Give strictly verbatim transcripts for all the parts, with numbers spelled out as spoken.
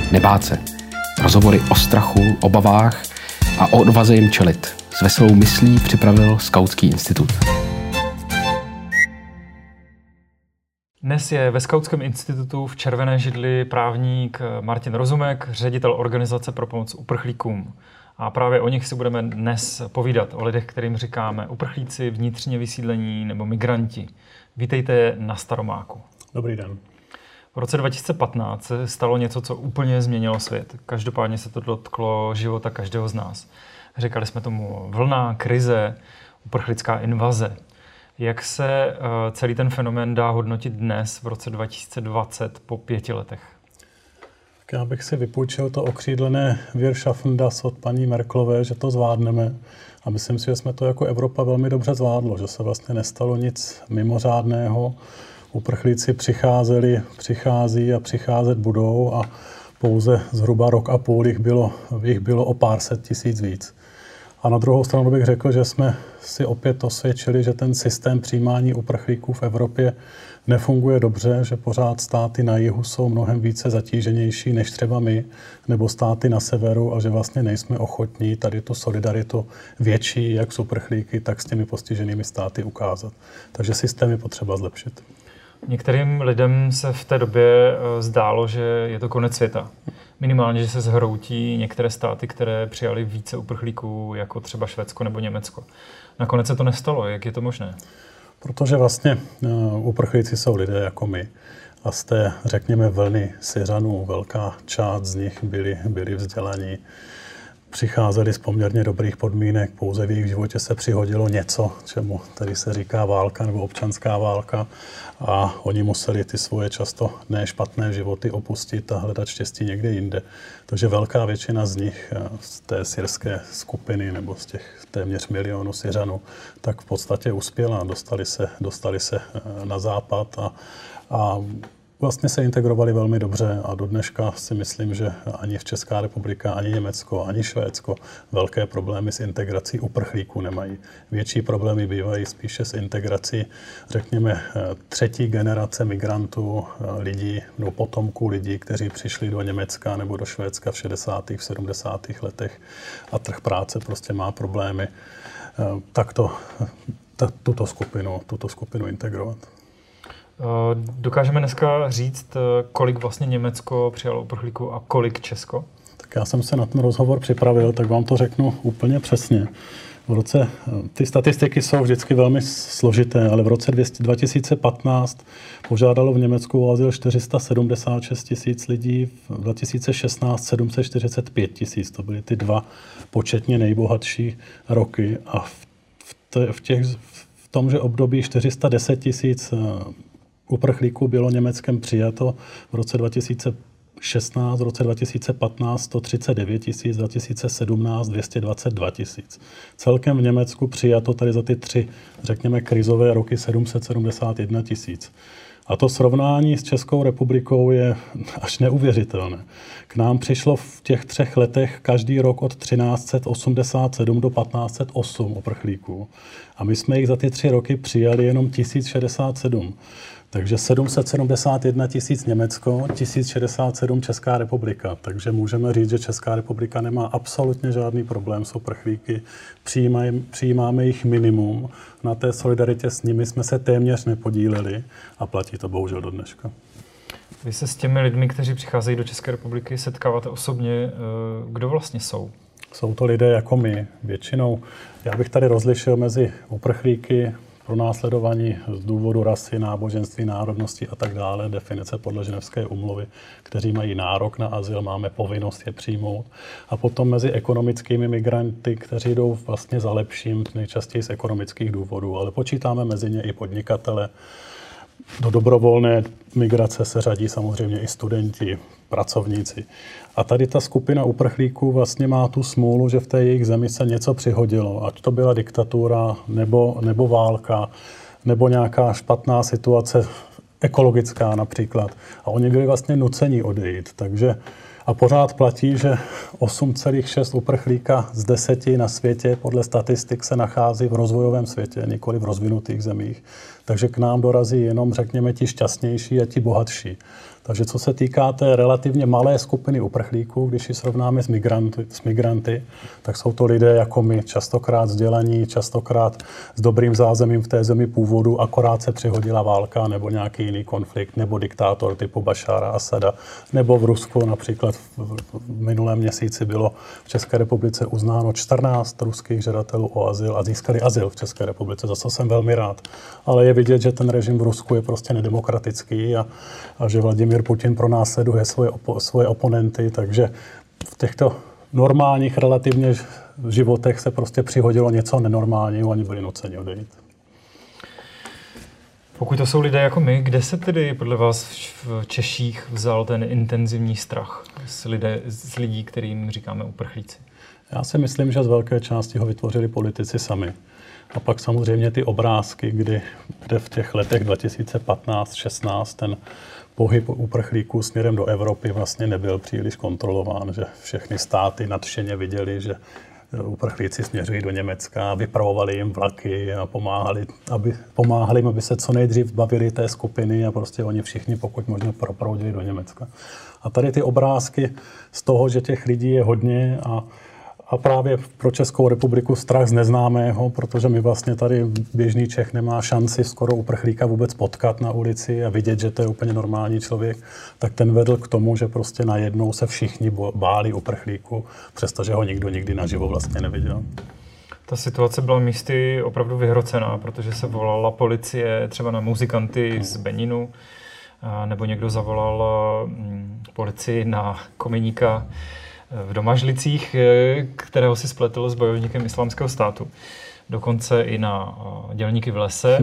nebát se. Rozhovory o strachu, obavách a o odvaze jim čelit. S veselou myslí připravil Skautský institut. Dnes je ve Skautském institutu v Červené židli právník Martin Rozumek, ředitel Organizace pro pomoc uprchlíkům. A právě o nich si budeme dnes povídat, o lidech, kterým říkáme uprchlíci, vnitřně vysídlení nebo migranti. Vítejte na Staromáku. Dobrý den. V roce dva tisíce patnáct se stalo něco, co úplně změnilo svět. Každopádně se to dotklo života každého z nás. Říkali jsme tomu vlna, krize, uprchlická invaze. Jak se uh, celý ten fenomén dá hodnotit dnes, v roce dva tisíce dvacet, po pěti letech? Tak já bych si vypůjčil to okřídlené Wir schaffen das od paní Merkelové, že to zvládneme. A myslím si, že jsme to jako Evropa velmi dobře zvládlo, že se vlastně nestalo nic mimořádného. Uprchlíci přicházeli, přichází a přicházet budou a pouze zhruba rok a půl jich bylo, jich bylo o pár set tisíc víc. A na druhou stranu bych řekl, že jsme si opět osvědčili, že ten systém přijímání uprchlíků v Evropě nefunguje dobře, že pořád státy na jihu jsou mnohem více zatíženější než třeba my, nebo státy na severu, a že vlastně nejsme ochotní tady tu solidaritu větší, jak s uprchlíky, tak s těmi postiženými státy ukázat. Takže systém je potřeba zlepšit. Některým lidem se v té době zdálo, že je to konec světa. Minimálně, že se zhroutí některé státy, které přijali více uprchlíků, jako třeba Švédsko nebo Německo. Nakonec se to nestalo. Jak je to možné? Protože vlastně uh, uprchlíci jsou lidé jako my. A z té, řekněme, vlny Syřanů velká část z nich byli, byli vzdělaní. Přicházeli z poměrně dobrých podmínek, pouze v jejich životě se přihodilo něco, čemu tady se říká válka nebo občanská válka, a oni museli ty svoje často ne špatné životy opustit a hledat štěstí někde jinde. Takže velká většina z nich z té syrské skupiny nebo z těch téměř milionu Syřanů tak v podstatě uspěla, dostali se, dostali se na západ a, a vlastně se integrovali velmi dobře, a do dneška si myslím, že ani v Česká republika, ani Německo, ani Švédsko velké problémy s integrací uprchlíků nemají. Větší problémy bývají spíše s integrací, řekněme, třetí generace migrantů, lidí, no potomků lidí, kteří přišli do Německa nebo do Švédska v šedesátých, v sedmdesátých letech a trh práce prostě má problémy. Tak to, tuto skupinu, tuto skupinu integrovat. Dokážeme dneska říct, kolik vlastně Německo přijalo uprchlíků a kolik Česko? Tak já jsem se na ten rozhovor připravil, tak vám to řeknu úplně přesně. V roce, ty statistiky jsou vždycky velmi složité, ale v roce dva tisíce patnáct požádalo v Německu o azyl čtyři sta sedmdesát šest tisíc lidí, v dva tisíce šestnáct sedm set čtyřicet pět tisíc. To byly ty dva početně nejbohatší roky, a v, te, v, těch, v tomže období čtyři sta deset tisíc uprchlíků bylo Německem přijato, v roce dva tisíce šestnáct, v roce dva tisíce patnáct sto třicet devět tisíc, dva tisíce sedmnáct dvě stě dvacet dva tisíc. Celkem v Německu přijato tady za ty tři, řekněme, krizové roky sedm set sedmdesát jedna tisíc. A to srovnání s Českou republikou je až neuvěřitelné. K nám přišlo v těch třech letech každý rok od třináct set osmdesát sedm do patnáct set osm uprchlíků. A my jsme jich za ty tři roky přijali jenom tisíc šedesát sedm. Takže sedm set sedmdesát jedna tisíc Německo, tisíc šedesát sedm Česká republika. Takže můžeme říct, že Česká republika nemá absolutně žádný problém s uprchlíky. Přijímaj, přijímáme jich minimum. Na té solidaritě s nimi jsme se téměř nepodíleli a platí to bohužel do dneška. Vy se s těmi lidmi, kteří přicházejí do České republiky, setkáváte osobně. Kdo vlastně jsou? Jsou to lidé jako my. Většinou, já bych tady rozlišil mezi uprchlíky, pronásledovaní z důvodu rasy, náboženství, národnosti a tak dále, definice podle Ženevské úmluvy, kteří mají nárok na azyl, máme povinnost je přijmout. A potom mezi ekonomickými migranty, kteří jdou vlastně za lepším, nejčastěji z ekonomických důvodů, ale počítáme mezi ně i podnikatele. Do dobrovolné migrace se řadí samozřejmě i studenti, pracovníci. A tady ta skupina uprchlíků vlastně má tu smůlu, že v té jejich zemi se něco přihodilo. Ať to byla diktatura, nebo, nebo válka, nebo nějaká špatná situace ekologická například. A oni byli vlastně nuceni odejít. Takže A pořád platí, že osm celá šest uprchlíka z deseti na světě podle statistik se nachází v rozvojovém světě, nikoli v rozvinutých zemích. Takže k nám dorazí jenom, řekněme, ti šťastnější a ti bohatší. Takže co se týká té relativně malé skupiny uprchlíků, když ji srovnáme s migranty, s migranty, tak jsou to lidé jako my, častokrát vzdělaní, častokrát s dobrým zázemím v té zemi původu, akorát se přihodila válka nebo nějaký jiný konflikt, nebo diktátor typu Bašára Asada, nebo v Rusku například v minulém měsíci bylo v České republice uznáno čtrnáct ruských žadatelů o azyl a získali azyl v České republice, za co jsem velmi rád. Ale je vidět, že ten režim v Rusku je prostě nedemokratický a, a že Vladimír Putin pronásleduje svoje, opo, svoje oponenty, takže v těchto normálních relativně životech se prostě přihodilo něco nenormálního, oni byli nuceni odejít. Pokud to jsou lidé jako my, kde se tedy podle vás v Češích vzal ten intenzivní strach z, lidé, z lidí, kterým říkáme uprchlíci? Já si myslím, že z velké části ho vytvořili politici sami. A pak samozřejmě ty obrázky, kdy, kde v těch letech dva tisíce patnáct šestnáct ten pohyb uprchlíků směrem do Evropy vlastně nebyl příliš kontrolován, že všechny státy nadšeně viděli, že uprchlíci směřují do Německa, vypravovali jim vlaky a pomáhali, aby, pomáhali jim, aby se co nejdřív zbavili té skupiny a prostě oni všichni pokud možno proproudili do Německa. A tady ty obrázky z toho, že těch lidí je hodně a A právě pro Českou republiku strach z neznámého, protože my vlastně tady běžný Čech nemá šanci skoro uprchlíka vůbec potkat na ulici a vidět, že to je úplně normální člověk, tak ten vedl k tomu, že prostě najednou se všichni báli uprchlíku, přestože ho nikdo nikdy naživo vlastně neviděl. Ta situace byla místy opravdu vyhrocená, protože se volala policie třeba na muzikanty z Beninu, nebo někdo zavolal policii na kominíka v Domažlicích, kterého si spletl s bojovníkem Islámského státu. Dokonce i na dělníky v lese.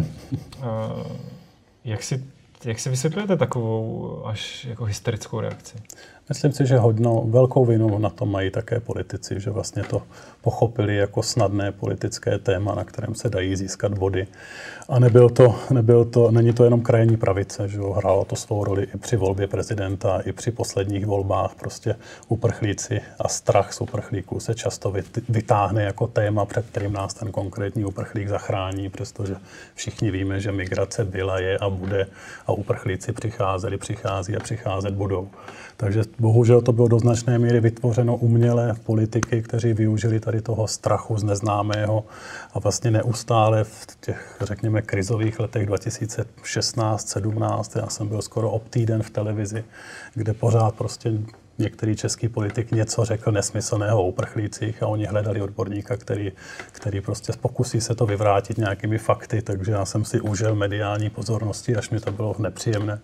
Jak si, jak si vysvětlujete takovou až jako hysterickou reakci? Myslím si, že hodnou, velkou vinu na to mají také politici, že vlastně to pochopili jako snadné politické téma, na kterém se dají získat body. A nebyl to, nebyl to, není to jenom krajní pravice, že hrálo to svou roli i při volbě prezidenta, i při posledních volbách. Prostě uprchlíci a strach z uprchlíků se často vytáhne jako téma, před kterým nás ten konkrétní uprchlík zachrání, přestože všichni víme, že migrace byla, je a bude a uprchlíci přicházeli, přichází a přicházet budou. Takže bohužel to bylo do značné míry vytvořeno uměle politiky, kteří využili tady toho strachu z neznámého a vlastně neustále v těch, řekněme, krizových letech dva tisíce šestnáct sedmnáct, já jsem byl skoro ob týden v televizi, kde pořád prostě některý český politik něco řekl nesmyslného o uprchlících a oni hledali odborníka, který, který prostě pokusí se to vyvrátit nějakými fakty, takže já jsem si užil mediální pozornosti, až mi to bylo nepříjemné.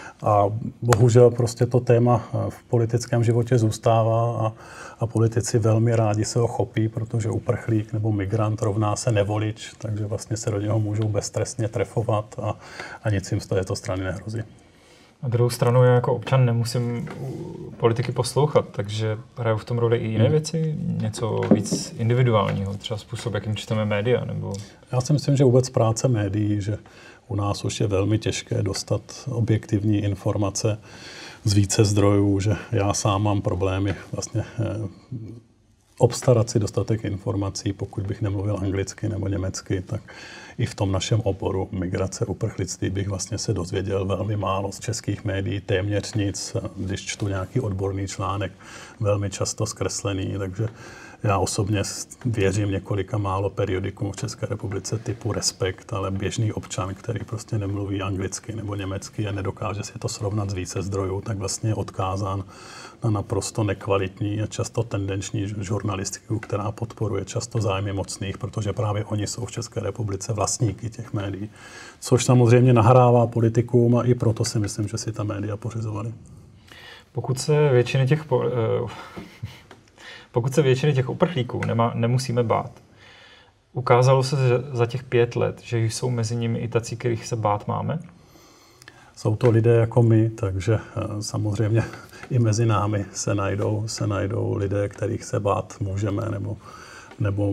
A bohužel prostě to téma v politickém životě zůstává a, a politici velmi rádi se ho chopí, protože uprchlík nebo migrant rovná se nevolič, takže vlastně se do něho můžou beztrestně trefovat a, a nic jim z této strany nehrozí. Na druhou stranu já jako občan nemusím politiky poslouchat, takže hrajou v tom roli i jiné hmm. věci, něco víc individuálního, třeba způsob, jakým čteme média, nebo... Já si myslím, že vůbec práce médií, že u nás už je velmi těžké dostat objektivní informace z více zdrojů, že já sám mám problémy vlastně eh, obstarat si dostatek informací, pokud bych nemluvil anglicky nebo německy, tak i v tom našem oboru migrace, uprchlictví bych vlastně se dozvěděl velmi málo z českých médií, téměř nic, když čtu nějaký odborný článek, velmi často zkreslený, takže já osobně věřím několika málo periodikům v České republice typu Respekt, ale běžný občan, který prostě nemluví anglicky nebo německy a nedokáže si to srovnat z více zdrojů, tak vlastně je odkázán na naprosto nekvalitní a často tendenční žurnalistiku, která podporuje často zájmy mocných, protože právě oni jsou v České republice vlastníky těch médií. Což samozřejmě nahrává politikům a i proto si myslím, že si ta média pořizovali. Pokud se většiny těch... Po, uh... Pokud se většiny těch uprchlíků nemá, nemusíme bát, ukázalo se že za těch pět let, že jsou mezi nimi i tací, kterých se bát máme? Jsou to lidé jako my, takže samozřejmě i mezi námi se najdou, se najdou lidé, kterých se bát můžeme nebo, nebo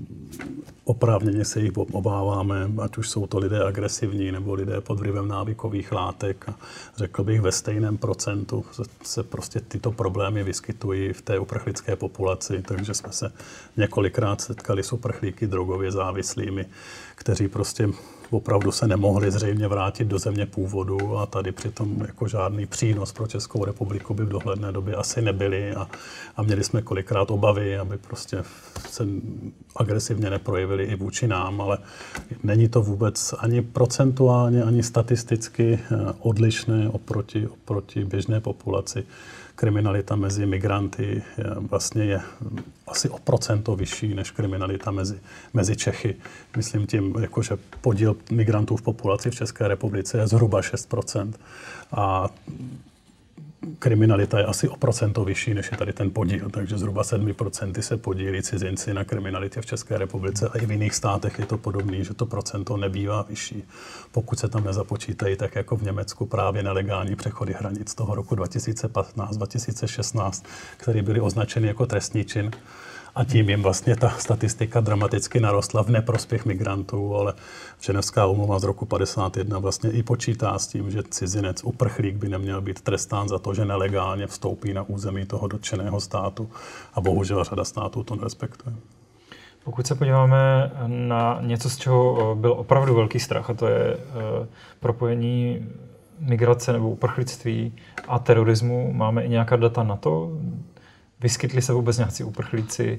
oprávněně se jich obáváme, ať už jsou to lidé agresivní nebo lidé pod vlivem návykových látek. A řekl bych, ve stejném procentu se prostě tyto problémy vyskytují v té uprchlické populaci, takže jsme se několikrát setkali s uprchlíky drogově závislými, kteří prostě opravdu se nemohli zřejmě vrátit do země původu a tady přitom jako žádný přínos pro Českou republiku by v dohledné době asi nebyli a, a měli jsme kolikrát obavy, aby prostě se agresivně neprojevili i vůči nám, ale není to vůbec ani procentuálně, ani statisticky odlišné oproti, oproti běžné populaci. Kriminalita mezi migranty je, vlastně je asi o procento vyšší než kriminalita mezi, mezi Čechy. Myslím tím, jako, že podíl migrantů v populaci v České republice je zhruba šest procent. A kriminalita je asi o procento vyšší, než je tady ten podíl. Takže zhruba sedm procent se podílí cizinci na kriminalitě v České republice a i v jiných státech je to podobné, že to procento nebývá vyšší. Pokud se tam nezapočítají, tak jako v Německu právě nelegální přechody hranic toho roku dva tisíce patnáct dva tisíce šestnáct, které byly označeny jako trestný čin. A tím jim vlastně ta statistika dramaticky narostla v neprospěch migrantů, ale Ženevská úmluva z roku padesát jedna vlastně i počítá s tím, že cizinec, uprchlík by neměl být trestán za to, že nelegálně vstoupí na území toho dotčeného státu. A bohužel řada států to nerespektuje. Pokud se podíváme na něco, z čeho byl opravdu velký strach, a to je propojení migrace nebo uprchlictví a terorismu, máme i nějaká data na to? Vyskytli se vůbec nějací uprchlíci,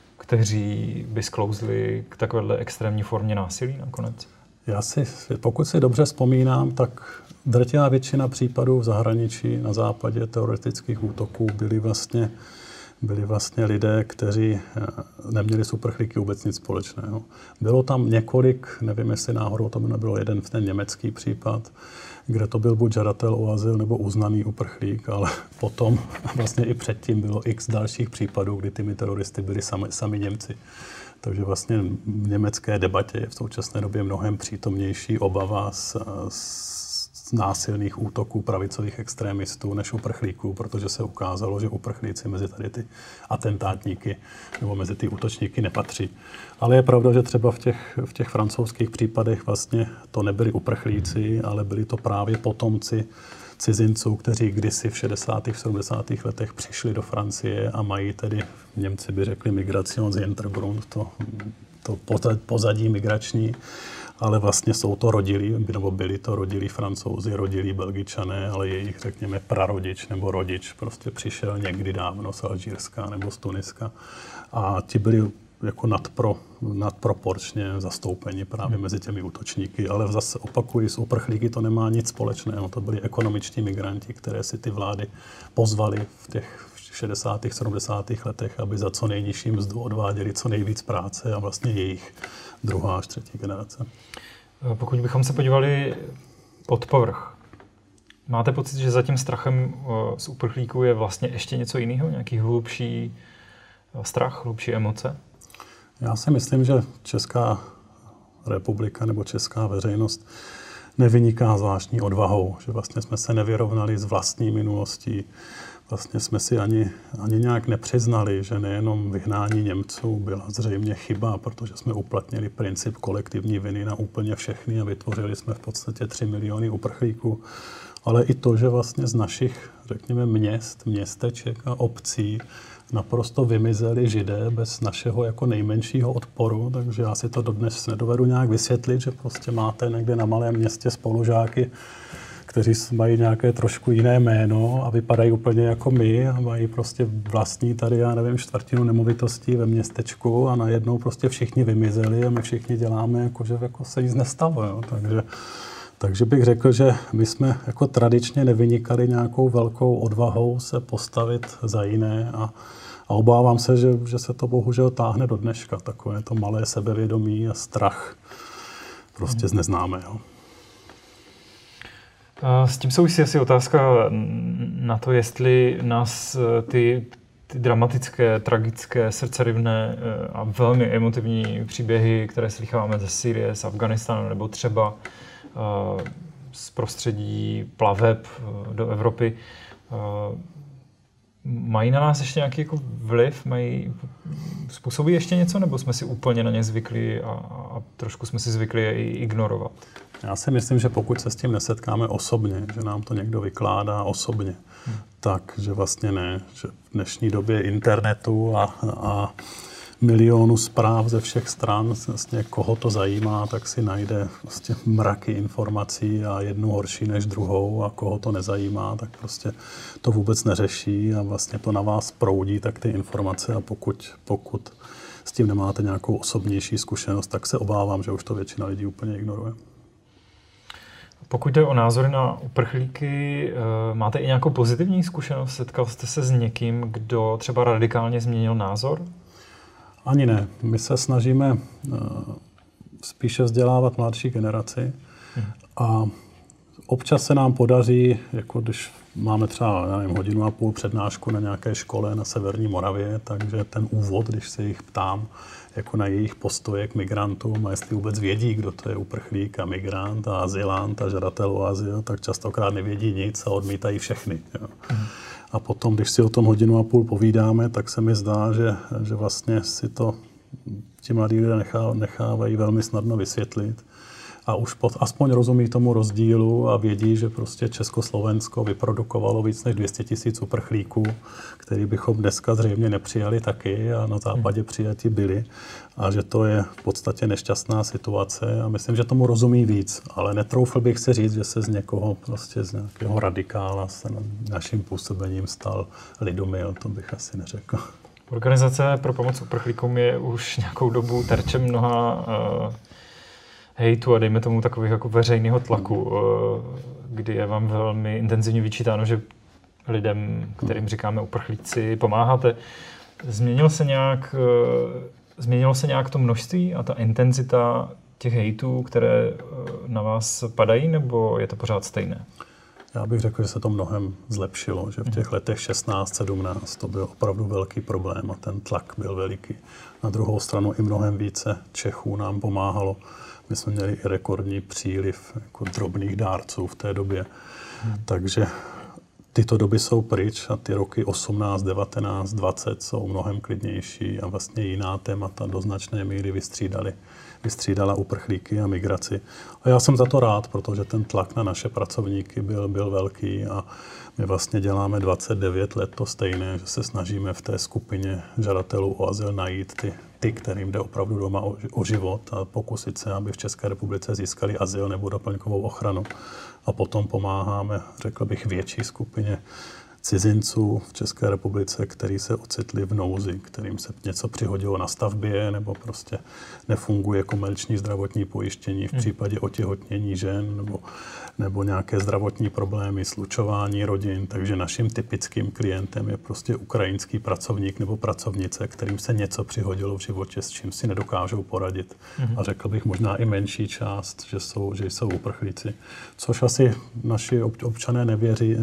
kteří by sklouzli k takovéhle extrémní formě násilí nakonec? Já si, pokud si dobře vzpomínám, tak drtivá většina případů v zahraničí na západě teroristických útoků byli vlastně, byli vlastně lidé, kteří neměli s uprchlíky vůbec nic společného. Bylo tam několik, nevím, jestli náhodou to by nebylo jeden v ten německý případ, kde to byl buď žadatel o azyl nebo uznaný uprchlík, ale potom vlastně i předtím bylo x dalších případů, kdy těmi teroristy byli sami, sami Němci. Takže vlastně v německé debatě je v současné době mnohem přítomnější obava z, z násilných útoků pravicových extrémistů než uprchlíků, protože se ukázalo, že uprchlíci mezi tady ty atentátníky nebo mezi ty útočníky nepatří. Ale je pravda, že třeba v těch, v těch francouzských případech vlastně to nebyli uprchlíci, ale byli to právě potomci cizinců, kteří kdysi v šedesátých, sedmdesátých letech přišli do Francie a mají tedy, Němci by řekli, Migrationshintergrund, to, to pozadí migrační, ale vlastně jsou to rodilí, nebo byli to rodilí Francouzi, rodilí Belgičané, ale jejich, řekněme, prarodič nebo rodič prostě přišel někdy dávno z Alžírska nebo z Tuniska a ti byli jako nadpro, nadproporčně zastoupeni právě mezi těmi útočníky, ale zase opakuji, s uprchlíky to nemá nic společného. To byli ekonomičtí migranti, které si ty vlády pozvali v těch šedesátých, sedmdesátých letech, aby za co nejnižší mzdu odváděli co nejvíc práce a vlastně jejich druhá až třetí generace. Pokud bychom se podívali pod povrch, máte pocit, že za tím strachem z uprchlíků je vlastně ještě něco jiného? Nějaký hlubší strach, hlubší emoce? Já si myslím, že Česká republika nebo česká veřejnost nevyniká zvláštní odvahou, že vlastně jsme se nevyrovnali s vlastní minulostí. Vlastně jsme si ani, ani nějak nepřiznali, že nejenom vyhnání Němců byla zřejmě chyba, protože jsme uplatnili princip kolektivní viny na úplně všechny a vytvořili jsme v podstatě tři miliony uprchlíků. Ale i to, že vlastně z našich, řekněme, měst, městeček a obcí naprosto vymizeli Židé bez našeho jako nejmenšího odporu, takže já si to dodnes nedovedu nějak vysvětlit, že prostě máte někde na malém městě spolužáky, kteří mají nějaké trošku jiné jméno a vypadají úplně jako my a mají prostě vlastní tady, já nevím, čtvrtinu nemovitostí ve městečku a najednou prostě všichni vymizeli a my všichni děláme, jako, že jako se nic nestalo. Jo. Takže, takže bych řekl, že my jsme jako tradičně nevynikali nějakou velkou odvahou se postavit za jiné a, a obávám se, že, že se to bohužel táhne do dneška, takové to malé sebevědomí a strach prostě z neznámého. S tím souvisí asi otázka na to, jestli nás ty, ty dramatické, tragické, srdcerivné a velmi emotivní příběhy, které slycháme ze Sýrie, z Afghánistánu nebo třeba z prostředí plaveb do Evropy, Mají na nás ještě nějaký jako vliv? Mají, způsobí ještě něco? Nebo jsme si úplně na ně zvykli a, a trošku jsme si zvykli je i ignorovat? Já si myslím, že pokud se s tím nesetkáme osobně, že nám to někdo vykládá osobně, hmm. tak, že vlastně ne. Že v dnešní době internetu a, a milionu zpráv ze všech stran, vlastně koho to zajímá, tak si najde vlastně mraky informací a jednu horší než druhou, a koho to nezajímá, tak prostě to vůbec neřeší a vlastně to na vás proudí, tak ty informace, a pokud, pokud s tím nemáte nějakou osobnější zkušenost, tak se obávám, že už to většina lidí úplně ignoruje. Pokud jde o názory na uprchlíky, máte i nějakou pozitivní zkušenost? Setkal jste se s někým, kdo třeba radikálně změnil názor? Ani ne. My se snažíme spíše vzdělávat mladší generaci a občas se nám podaří, jako když máme třeba já nevím, hodinu a půl přednášku na nějaké škole na severní Moravě, takže ten úvod, když se jich ptám jako na jejich postoje k migrantům a jestli vůbec vědí, kdo to je uprchlík a migrant a azylant a žadatel o azyl, tak častokrát nevědí nic a odmítají všechny. Jo. Mm. A potom, když si o tom hodinu a půl povídáme, tak se mi zdá, že, že vlastně si to ti mladí lidé nechá, nechávají velmi snadno vysvětlit. A už pod, aspoň rozumí tomu rozdílu a vědí, že prostě Československo vyprodukovalo víc než dvě stě tisíc uprchlíků, který bychom dneska zřejmě nepřijali taky a na západě přijati byli. A že to je v podstatě nešťastná situace a myslím, že tomu rozumí víc. Ale netroufl bych si říct, že se z někoho, prostě z nějakého radikála se naším působením stal lidomil, to bych asi neřekl. Organizace pro pomoc uprchlíkům je už nějakou dobu terčem mnoha uh... hejtu a dejme tomu takových jako veřejného tlaku, kdy je vám velmi intenzivně vyčítáno, že lidem, kterým říkáme uprchlíci, pomáháte. Změnil se nějak, změnilo se nějak to množství a ta intenzita těch hejtů, které na vás padají, nebo je to pořád stejné? Já bych řekl, že se to mnohem zlepšilo, že v těch letech šestnáct sedmnáct to byl opravdu velký problém a ten tlak byl veliký. Na druhou stranu i mnohem více Čechů nám pomáhalo. My jsme měli i rekordní příliv jako drobných dárců v té době. Hmm. Takže tyto doby jsou pryč a ty roky osmnáct, devatenáct, dvacet jsou mnohem klidnější a vlastně jiná témata do značné míry vystřídali. Vystřídala uprchlíky a migraci. A já jsem za to rád, protože ten tlak na naše pracovníky byl, byl velký a my vlastně děláme dvacet devět let to stejné, že se snažíme v té skupině žadatelů o azyl najít ty, ty kterým jde opravdu doma o, o život a pokusit se, aby v České republice získali azyl nebo doplňkovou ochranu. A potom pomáháme, řekl bych, větší skupině cizinců v České republice, kteří se ocitli v nouzi, kterým se něco přihodilo na stavbě nebo prostě nefunguje komerční zdravotní pojištění v případě otěhotnění žen nebo, nebo nějaké zdravotní problémy, slučování rodin. Takže naším typickým klientem je prostě ukrajinský pracovník nebo pracovnice, kterým se něco přihodilo v životě, s čím si nedokážou poradit. A řekl bych možná i menší část, že jsou, že jsou uprchlíci. Což asi naši občané nevěří,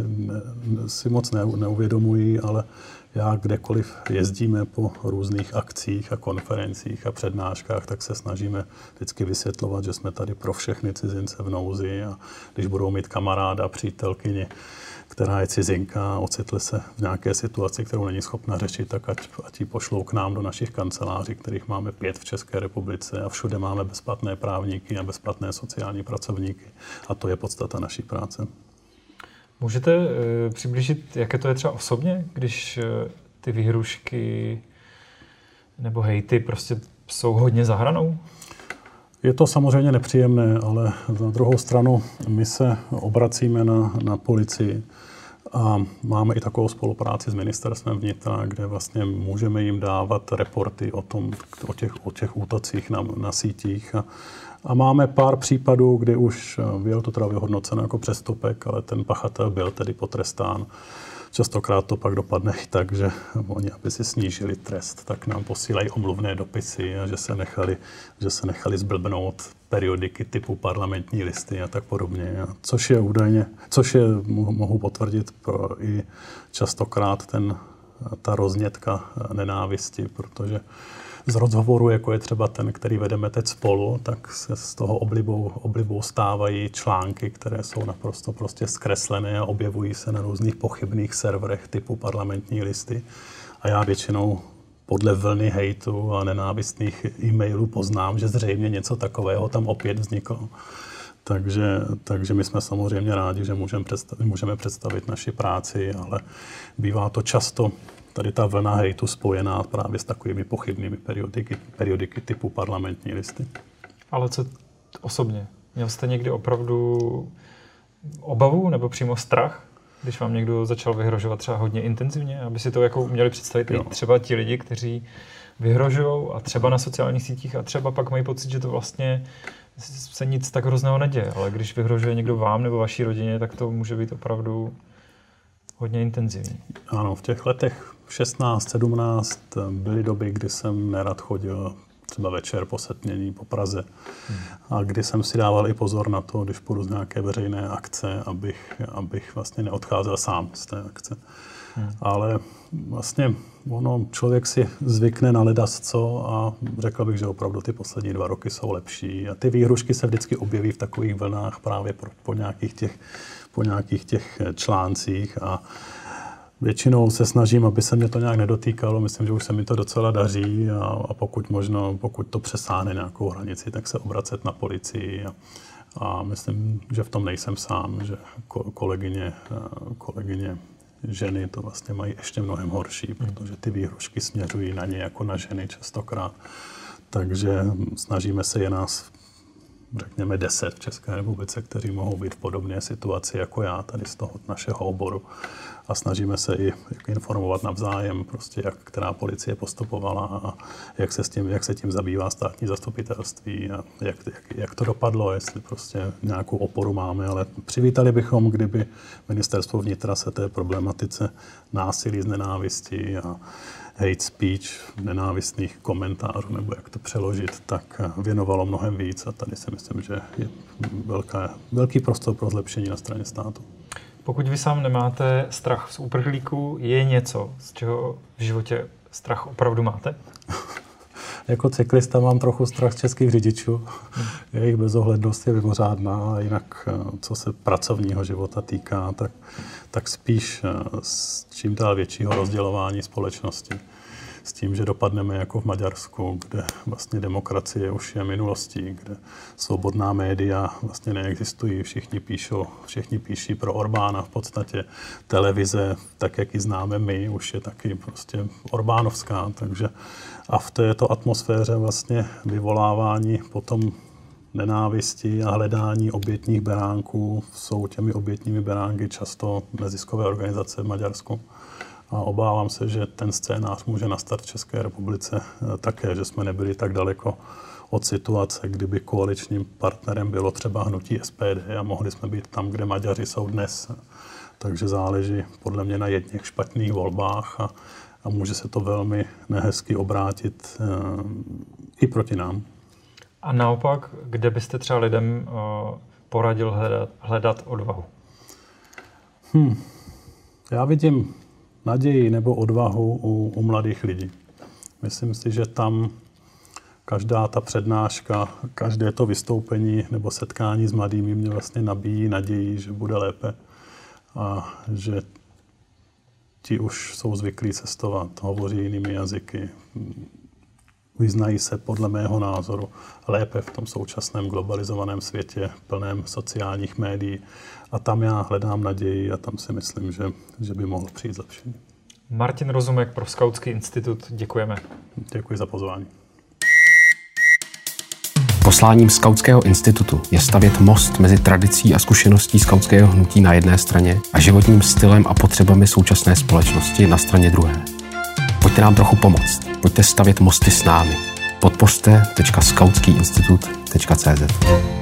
si moc neuvědomují, ale já kdekoliv jezdíme po různých akcích a konferencích a přednáškách, tak se snažíme vždycky vysvětlovat, že jsme tady pro všechny cizince v nouzi a když budou mít kamaráda, přítelkyni, která je cizinka a ocitli se v nějaké situaci, kterou není schopna řešit, tak ať, ať ji pošlou k nám do našich kanceláří, kterých máme pět v České republice a všude máme bezplatné právníky a bezplatné sociální pracovníky. A to je podstata naší práce. Můžete uh, přiblížit, jaké to je třeba osobně, když uh, ty výhrušky nebo hejty prostě jsou hodně za hranou? Je to samozřejmě nepříjemné, ale na druhou stranu my se obracíme na, na policii a máme i takovou spolupráci s ministerstvem vnitra, kde vlastně můžeme jim dávat reporty o tom, o těch, o těch útocích na, na sítích. A, a máme pár případů, kdy už byl to teda vyhodnoceno jako přestupek, ale ten pachatel byl tedy potrestán. Častokrát to pak dopadne i tak, že oni, aby si snížili trest, tak nám posílají omluvné dopisy a že se nechali, že se nechali zblbnout periodiky typu Parlamentní listy a tak podobně. A což je údajně, což je, mohu potvrdit, pro i častokrát ten, ta roznětka nenávisti, protože z rozhovoru, jako je třeba ten, který vedeme teď spolu, tak se z toho oblibou, oblibou stávají články, které jsou naprosto prostě zkreslené a objevují se na různých pochybných serverech typu Parlamentní listy. A já většinou podle vlny hejtu a nenávistných e-mailů poznám, že zřejmě něco takového tam opět vzniklo. Takže, takže my jsme samozřejmě rádi, že můžeme představit, můžeme představit naši práci, ale bývá to často tady ta vlna hejtu spojená právě s takovými pochybnými periodiky, periodiky typu Parlamentní listy. Ale co osobně? Měl jste někdy opravdu obavu nebo přímo strach, když vám někdo začal vyhrožovat třeba hodně intenzivně? Aby si to jako uměli představit i třeba ti lidi, kteří vyhrožují a třeba na sociálních sítích a třeba pak mají pocit, že to vlastně se nic tak hrozného neděje. Ale když vyhrožuje někdo vám nebo vaší rodině, tak to může být opravdu hodně intenzivní. Ano, v těch letech šestnáct sedmnáct byly doby, kdy jsem nerad chodil třeba večer po setmění po Praze. Hmm. A kdy jsem si dával i pozor na to, když půjdu z nějaké veřejné akce, abych, abych vlastně neodcházel sám z té akce. Hmm. Ale vlastně ono, člověk si zvykne na ledasco a řekl bych, že opravdu ty poslední dva roky jsou lepší. A ty výhrušky se vždycky objeví v takových vlnách právě po, po, nějakých, těch, po nějakých těch článcích a většinou se snažím, aby se mě to nějak nedotýkalo. Myslím, že už se mi to docela daří a, a pokud možno, pokud to přesáhne nějakou hranici, tak se obracet na policii. A, a myslím, že v tom nejsem sám, že kolegyně, kolegyně ženy to vlastně mají ještě mnohem horší, protože ty výhrušky směřují na ně jako na ženy častokrát. Takže snažíme se, je nás, řekněme, deset v České republice, kteří mohou být v podobné situaci jako já, tady z toho našeho oboru. A snažíme se i informovat navzájem, prostě jak která policie postupovala a jak se, s tím, jak se tím zabývá státní zastupitelství a jak, jak, jak to dopadlo, jestli prostě nějakou oporu máme. Ale přivítali bychom, kdyby ministerstvo vnitra se té problematice násilí z nenávistí a hate speech, nenávistných komentářů, nebo jak to přeložit, tak věnovalo mnohem víc a tady si myslím, že je velká, velký prostor pro zlepšení na straně státu. Pokud vy sám nemáte strach z uprchlíků, je něco, z čeho v životě strach opravdu máte? Jako cyklista mám trochu strach z českých řidičů. Hmm. Jejich bezohlednost je mimořádná, a jinak co se pracovního života týká, tak, tak spíš s čím dál většího rozdělování společnosti. S tím, že dopadneme jako v Maďarsku, kde vlastně demokracie už je minulostí, kde svobodná média vlastně neexistují, všichni píšou, všichni píší pro Orbána v podstatě. Televize, tak jak ji známe my, už je taky prostě orbánovská, takže a v této atmosféře vlastně vyvolávání potom nenávisti a hledání obětních beránků jsou těmi obětními beránky často neziskové organizace v Maďarsku. A obávám se, že ten scénář může nastat v České republice také, že jsme nebyli tak daleko od situace, kdyby koaličním partnerem bylo třeba hnutí S P D a mohli jsme být tam, kde Maďaři jsou dnes. Takže záleží podle mě na jedných špatných volbách a, a může se to velmi nehezky obrátit e, i proti nám. A naopak, kde byste třeba lidem o, poradil hledat, hledat odvahu? Hmm. Já vidím naději nebo odvahu u, u mladých lidí. Myslím si, že tam každá ta přednáška, každé to vystoupení nebo setkání s mladými mě vlastně nabíjí naději, že bude lépe a že ti už jsou zvyklí cestovat, hovoří jinými jazyky, vyznají se podle mého názoru lépe v tom současném globalizovaném světě, plném sociálních médií. A tam já hledám naději a tam si myslím, že, že by mohl přijít zlepšení. Martin Rozumek pro Skautský institut, děkujeme. Děkuji za pozvání. Posláním Skautského institutu je stavět most mezi tradicí a zkušeností skautského hnutí na jedné straně a životním stylem a potřebami současné společnosti na straně druhé. Pojďte nám trochu pomoct. Pojďte stavět mosty s námi. Podpořte tečka skautský institut tečka cé zet.